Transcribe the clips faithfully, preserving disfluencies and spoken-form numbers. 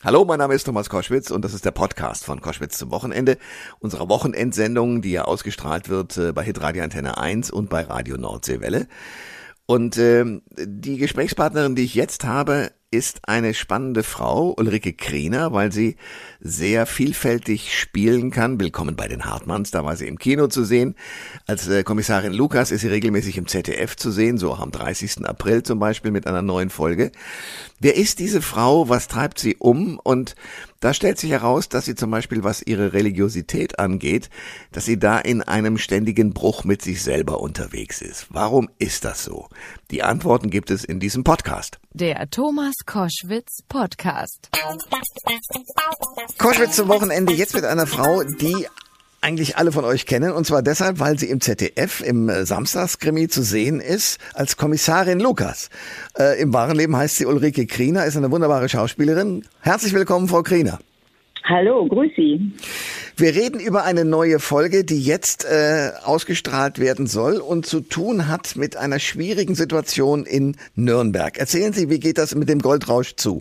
Hallo, mein Name ist Thomas Koschwitz und das ist der Podcast von Koschwitz zum Wochenende, unserer Wochenendsendung, die ja ausgestrahlt wird äh, bei Hitradio Antenne eins und bei Radio Nordseewelle. Und äh, die Gesprächspartnerin, die ich jetzt habe, ist eine spannende Frau, Ulrike Kriener, weil sie sehr vielfältig spielen kann. Willkommen bei den Hartmanns, da war sie im Kino zu sehen. Als äh, Kommissarin Lukas ist sie regelmäßig im Z D F zu sehen, so auch am dreißigsten April zum Beispiel mit einer neuen Folge. Wer ist diese Frau, was treibt sie um? Und da stellt sich heraus, dass sie zum Beispiel, was ihre Religiosität angeht, dass sie da in einem ständigen Bruch mit sich selber unterwegs ist. Warum ist das so? Die Antworten gibt es in diesem Podcast. Der Thomas Koschwitz Podcast. Koschwitz zum Wochenende jetzt mit einer Frau, die eigentlich alle von euch kennen, und zwar deshalb, weil sie im Z D F im Samstagskrimi zu sehen ist als Kommissarin Lukas. Äh, Im wahren Leben heißt sie Ulrike Kriener, ist eine wunderbare Schauspielerin. Herzlich willkommen, Frau Kriener. Hallo, grüß Sie. Wir reden über eine neue Folge, die jetzt äh, ausgestrahlt werden soll und zu tun hat mit einer schwierigen Situation in Nürnberg. Erzählen Sie, wie geht das mit dem Goldrausch zu?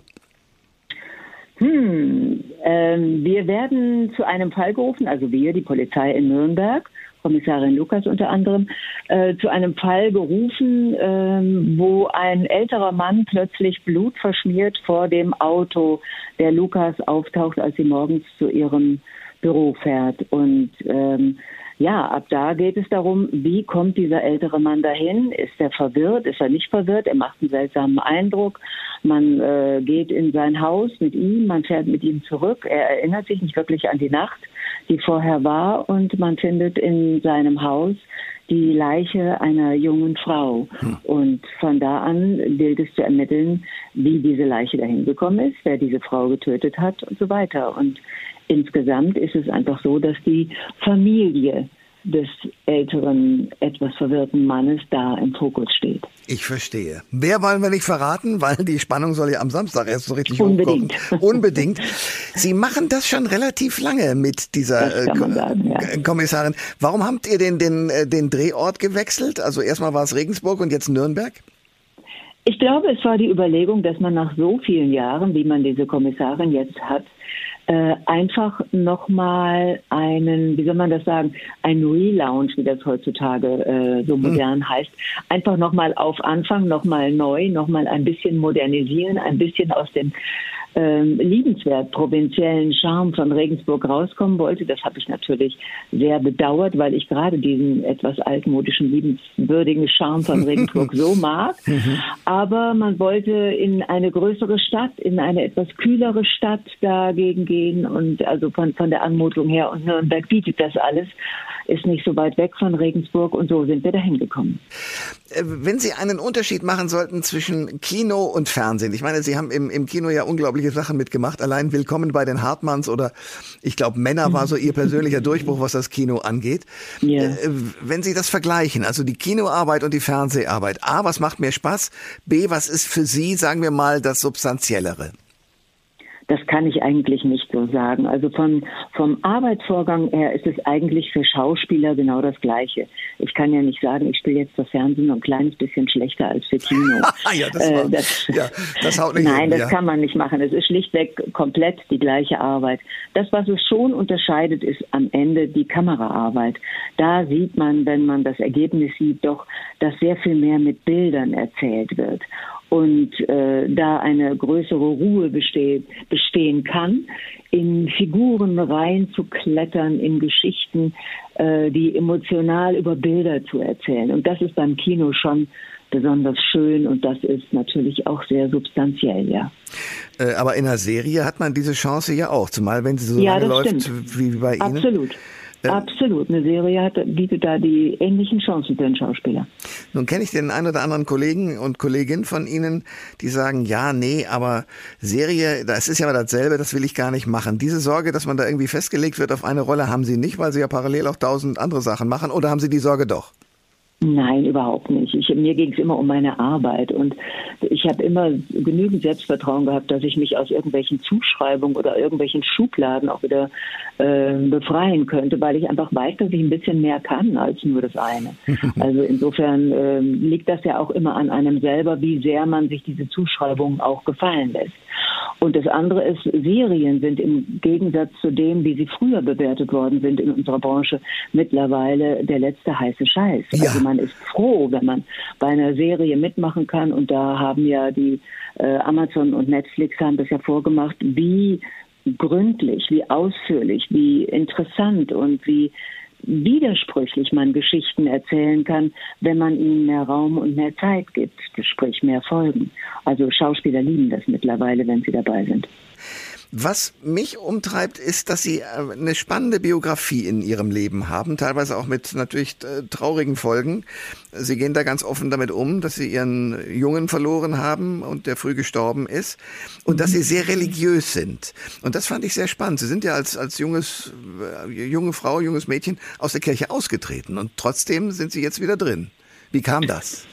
Hm, ähm, wir werden zu einem Fall gerufen, also wir, die Polizei in Nürnberg, Kommissarin Lukas unter anderem, äh, zu einem Fall gerufen, ähm, wo ein älterer Mann plötzlich blutverschmiert vor dem Auto der Lukas auftaucht, als sie morgens zu ihrem Büro fährt. Und ähm, ja, ab da geht es darum, wie kommt dieser ältere Mann dahin? Ist er verwirrt? Ist er nicht verwirrt? Er macht einen seltsamen Eindruck. Man äh, geht in sein Haus mit ihm, man fährt mit ihm zurück. Er erinnert sich nicht wirklich an die Nacht, die vorher war, und man findet in seinem Haus die Leiche einer jungen Frau. Hm. Und von da an gilt es zu ermitteln, wie diese Leiche dahin gekommen ist, wer diese Frau getötet hat und so weiter. Und insgesamt ist es einfach so, dass die Familie des älteren, etwas verwirrten Mannes da im Fokus steht. Ich verstehe. Wer wollen wir nicht verraten, weil die Spannung soll ja am Samstag erst so richtig Unbedingt. hochkommen. Unbedingt. Sie machen das schon relativ lange mit dieser äh, sagen, ja. Kommissarin. Warum habt ihr den, den, den Drehort gewechselt? Also erstmal war es Regensburg und jetzt Nürnberg? Ich glaube, es war die Überlegung, dass man nach so vielen Jahren, wie man diese Kommissarin jetzt hat, äh, einfach nochmal einen, wie soll man das sagen, ein Relaunch, wie das heutzutage äh, so modern hm. heißt, einfach nochmal auf Anfang, nochmal neu, nochmal ein bisschen modernisieren, ein bisschen aus dem ähm, liebenswert provinziellen Charme von Regensburg rauskommen wollte. Das habe ich natürlich sehr bedauert, weil ich gerade diesen etwas altmodischen, liebenswürdigen Charme von Regensburg so mag. Aber man wollte in eine größere Stadt, in eine etwas kühlere Stadt dagegen gehen, und also von, von der Anmutung her, und Nürnberg bietet das alles, ist nicht so weit weg von Regensburg, und so sind wir dahin gekommen. Wenn Sie einen Unterschied machen sollten zwischen Kino und Fernsehen, ich meine, Sie haben im, im Kino ja unglaubliche Sachen mitgemacht, allein Willkommen bei den Hartmanns oder ich glaube Männer war so Ihr persönlicher Durchbruch, was das Kino angeht. Ja. Wenn Sie das vergleichen, also die Kinoarbeit und die Fernseharbeit, A, was macht mehr Spaß? B, was ist für Sie, sagen wir mal, das Substanziellere? Das kann ich eigentlich nicht so sagen. Also von, vom Arbeitsvorgang her ist es eigentlich für Schauspieler genau das Gleiche. Ich kann ja nicht sagen, ich spiele jetzt das Fernsehen ein kleines bisschen schlechter als für Kino. ja, das, war, äh, das, ja, das haut nicht Nein, hin, das ja. kann man nicht machen. Es ist schlichtweg komplett die gleiche Arbeit. Das, was es schon unterscheidet, ist am Ende die Kameraarbeit. Da sieht man, wenn man das Ergebnis sieht, doch, dass sehr viel mehr mit Bildern erzählt wird. Und äh, da eine größere Ruhe besteht, bestehen kann, in Figuren reinzuklettern, in Geschichten, äh, die emotional über Bilder zu erzählen. Und das ist beim Kino schon besonders schön, und das ist natürlich auch sehr substanziell, ja. Äh, aber in einer Serie hat man diese Chance ja auch, zumal wenn sie so ja, lange läuft stimmt. wie bei Ihnen. Absolut. Absolut. Eine Serie hat, bietet da die ähnlichen Chancen für den Schauspieler. Nun kenne ich den einen oder anderen Kollegen und Kolleginnen von Ihnen, die sagen, ja, nee, aber Serie, das ist ja immer dasselbe, das will ich gar nicht machen. Diese Sorge, dass man da irgendwie festgelegt wird auf eine Rolle, haben Sie nicht, weil Sie ja parallel auch tausend andere Sachen machen, oder haben Sie die Sorge doch? Nein, überhaupt nicht. Ich, mir ging es immer um meine Arbeit, und ich habe immer genügend Selbstvertrauen gehabt, dass ich mich aus irgendwelchen Zuschreibungen oder irgendwelchen Schubladen auch wieder äh, befreien könnte, weil ich einfach weiß, dass ich ein bisschen mehr kann als nur das eine. Also insofern äh, liegt das ja auch immer an einem selber, wie sehr man sich diese Zuschreibungen auch gefallen lässt. Und das andere ist, Serien sind im Gegensatz zu dem, wie sie früher bewertet worden sind in unserer Branche, mittlerweile der letzte heiße Scheiß. Ja. Also man ist froh, wenn man bei einer Serie mitmachen kann. Und da haben ja die äh, Amazon und Netflix haben das ja vorgemacht, wie gründlich, wie ausführlich, wie interessant und wie widersprüchlich man Geschichten erzählen kann, wenn man ihnen mehr Raum und mehr Zeit gibt, sprich mehr Folgen. Also Schauspieler lieben das mittlerweile, wenn sie dabei sind. Was mich umtreibt, ist, dass Sie eine spannende Biografie in Ihrem Leben haben, teilweise auch mit natürlich traurigen Folgen. Sie gehen da ganz offen damit um, dass Sie Ihren Jungen verloren haben und der früh gestorben ist und dass Sie sehr religiös sind. Und das fand ich sehr spannend. Sie sind ja als, als junges, junge Frau, junges Mädchen aus der Kirche ausgetreten und trotzdem sind Sie jetzt wieder drin. Wie kam das?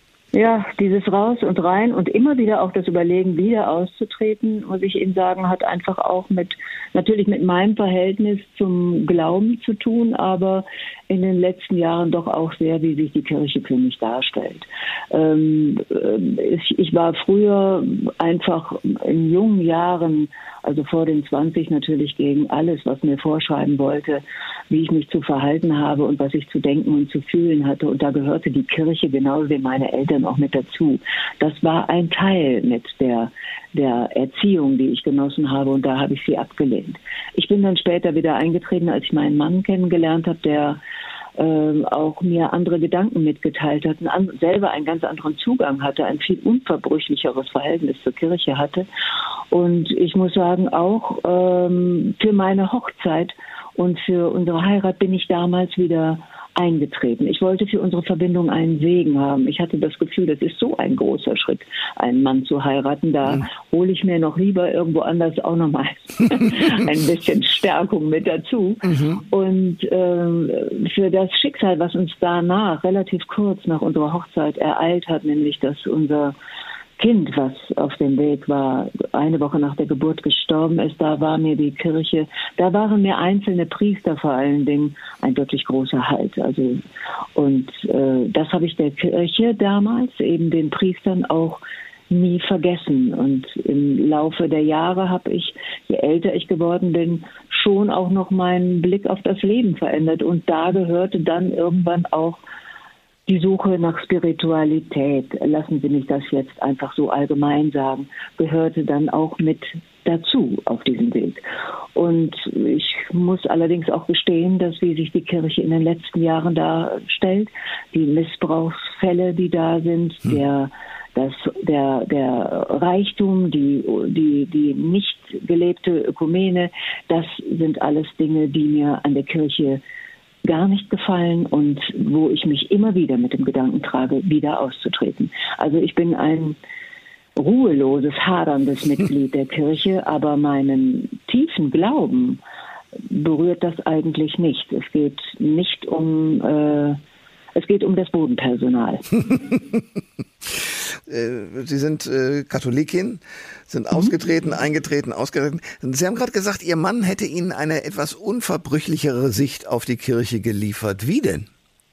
Ja, dieses Raus und Rein und immer wieder auch das Überlegen, wieder auszutreten, muss ich Ihnen sagen, hat einfach auch mit, natürlich mit meinem Verhältnis zum Glauben zu tun, aber in den letzten Jahren doch auch sehr, wie sich die Kirche für mich darstellt. Ähm, ich, ich war früher einfach in jungen Jahren, also vor den zwanzig natürlich gegen alles, was mir vorschreiben wollte, wie ich mich zu verhalten habe und was ich zu denken und zu fühlen hatte. Und da gehörte die Kirche genauso wie meine Eltern auch mit dazu. Das war ein Teil mit der, der Erziehung, die ich genossen habe, und da habe ich sie abgelehnt. Ich bin dann später wieder eingetreten, als ich meinen Mann kennengelernt habe, der äh, auch mir andere Gedanken mitgeteilt hat, an, selber einen ganz anderen Zugang hatte, ein viel unverbrüchlicheres Verhältnis zur Kirche hatte. Und ich muss sagen, auch ähm, für meine Hochzeit und für unsere Heirat bin ich damals wieder eingetreten. Ich wollte für unsere Verbindung einen Segen haben. Ich hatte das Gefühl, das ist so ein großer Schritt, einen Mann zu heiraten. Da mhm. hole ich mir noch lieber irgendwo anders auch nochmal ein bisschen Stärkung mit dazu. Mhm. Und äh, für das Schicksal, was uns danach, relativ kurz nach unserer Hochzeit ereilt hat, nämlich dass unser Kind, was auf dem Weg war, eine Woche nach der Geburt gestorben ist, da war mir die Kirche, da waren mir einzelne Priester vor allen Dingen ein wirklich großer Halt. Also, und äh, das habe ich der Kirche damals, eben den Priestern, auch nie vergessen. Und im Laufe der Jahre habe ich, je älter ich geworden bin, schon auch noch meinen Blick auf das Leben verändert. Und da gehörte dann irgendwann auch die Suche nach Spiritualität, lassen Sie mich das jetzt einfach so allgemein sagen, gehörte dann auch mit dazu auf diesem Weg. Und ich muss allerdings auch gestehen, dass wie sich die Kirche in den letzten Jahren darstellt, die Missbrauchsfälle, die da sind, hm. der Das, der, der Reichtum, die, die, die nicht gelebte Ökumene, das sind alles Dinge, die mir an der Kirche gar nicht gefallen und wo ich mich immer wieder mit dem Gedanken trage, wieder auszutreten. Also ich bin ein ruheloses, haderndes Mitglied der Kirche, aber meinen tiefen Glauben berührt das eigentlich nicht. Es geht nicht um, äh, es geht um das Bodenpersonal. Sie sind äh, Katholikin, sind mhm. ausgetreten, eingetreten, ausgetreten. Sie haben gerade gesagt, Ihr Mann hätte Ihnen eine etwas unverbrüchlichere Sicht auf die Kirche geliefert. Wie denn?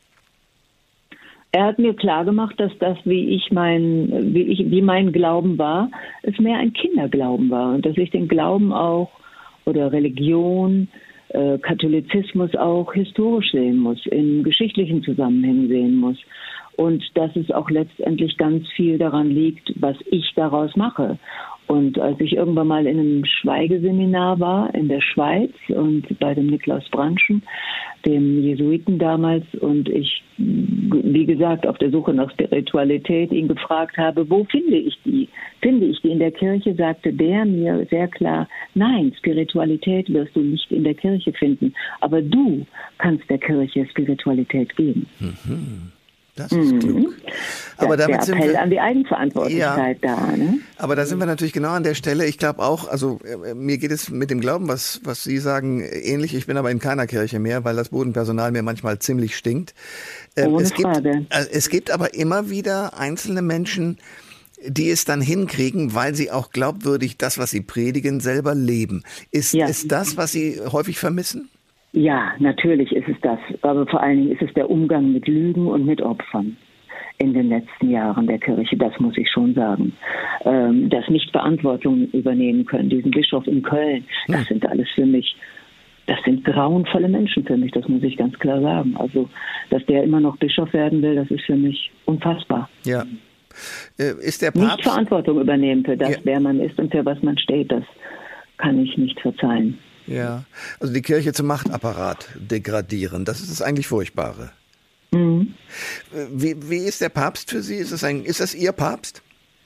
Er hat mir klargemacht, dass das, wie ich mein, wie ich, wie mein Glauben war, es mehr ein Kinderglauben war und dass ich den Glauben auch oder Religion, äh, Katholizismus auch historisch sehen muss, in geschichtlichen Zusammenhängen sehen muss. Und dass es auch letztendlich ganz viel daran liegt, was ich daraus mache. Und als ich irgendwann mal in einem Schweigeseminar war in der Schweiz und bei dem Niklaus Brandschen, dem Jesuiten damals, und ich, wie gesagt, auf der Suche nach Spiritualität ihn gefragt habe, wo finde ich die? Finde ich die in der Kirche? Sagte der mir sehr klar, nein, Spiritualität wirst du nicht in der Kirche finden, aber du kannst der Kirche Spiritualität geben. Mhm. Das ist mhm. klug. Aber damit der Appell sind wir, an die Eigenverantwortlichkeit ja, da. Ne? Aber da sind wir natürlich genau an der Stelle. Ich glaube auch, also äh, mir geht es mit dem Glauben, was was Sie sagen, ähnlich. Ich bin aber in keiner Kirche mehr, weil das Bodenpersonal mir manchmal ziemlich stinkt. Ähm, Ohne es Frage. Gibt, äh, es gibt aber immer wieder einzelne Menschen, die es dann hinkriegen, weil sie auch glaubwürdig das, was sie predigen, selber leben. Ist, ja. ist das, was Sie häufig vermissen? Ja, natürlich ist es das. Aber vor allen Dingen ist es der Umgang mit Lügen und mit Opfern. in den letzten Jahren der Kirche, das muss ich schon sagen. Ähm, das nicht Verantwortung übernehmen können, diesen Bischof in Köln, das sind alles für mich, das sind grauenvolle Menschen für mich, das muss ich ganz klar sagen. Also, dass der immer noch Bischof werden will, das ist für mich unfassbar. Ja. Äh, ist der Papst... Nicht Verantwortung übernehmen für das, ja. wer man ist und für was man steht, das kann ich nicht verzeihen. Ja, also die Kirche zum Machtapparat degradieren, das ist das eigentlich Furchtbare. Mhm. Wie, wie ist der Papst für Sie? Ist das, ein, ist das Ihr Papst?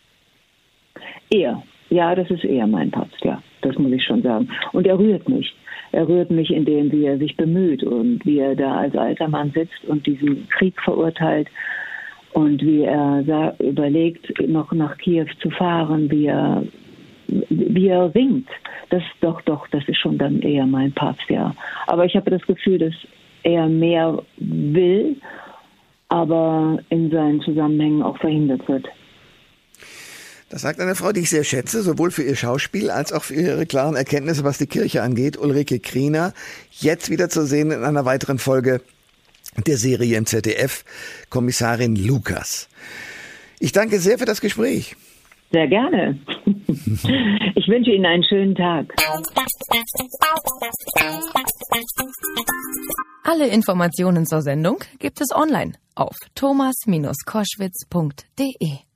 Er. Ja, das ist eher mein Papst, ja. Das muss ich schon sagen. Und er rührt mich. Er rührt mich, indem wie er sich bemüht und wie er da als alter Mann sitzt und diesen Krieg verurteilt und wie er sa- überlegt, noch nach Kiew zu fahren, wie er, wie er ringt. Das doch, doch, das ist schon dann eher mein Papst, ja. Aber ich habe das Gefühl, dass er mehr will, aber in seinen Zusammenhängen auch verhindert wird. Das sagt eine Frau, die ich sehr schätze, sowohl für ihr Schauspiel als auch für ihre klaren Erkenntnisse, was die Kirche angeht. Ulrike Kriener, jetzt wieder zu sehen in einer weiteren Folge der Serie im Z D F, Kommissarin Lukas. Ich danke sehr für das Gespräch. Sehr gerne. Ich wünsche Ihnen einen schönen Tag. Alle Informationen zur Sendung gibt es online auf thomas Bindestrich koschwitz punkt de.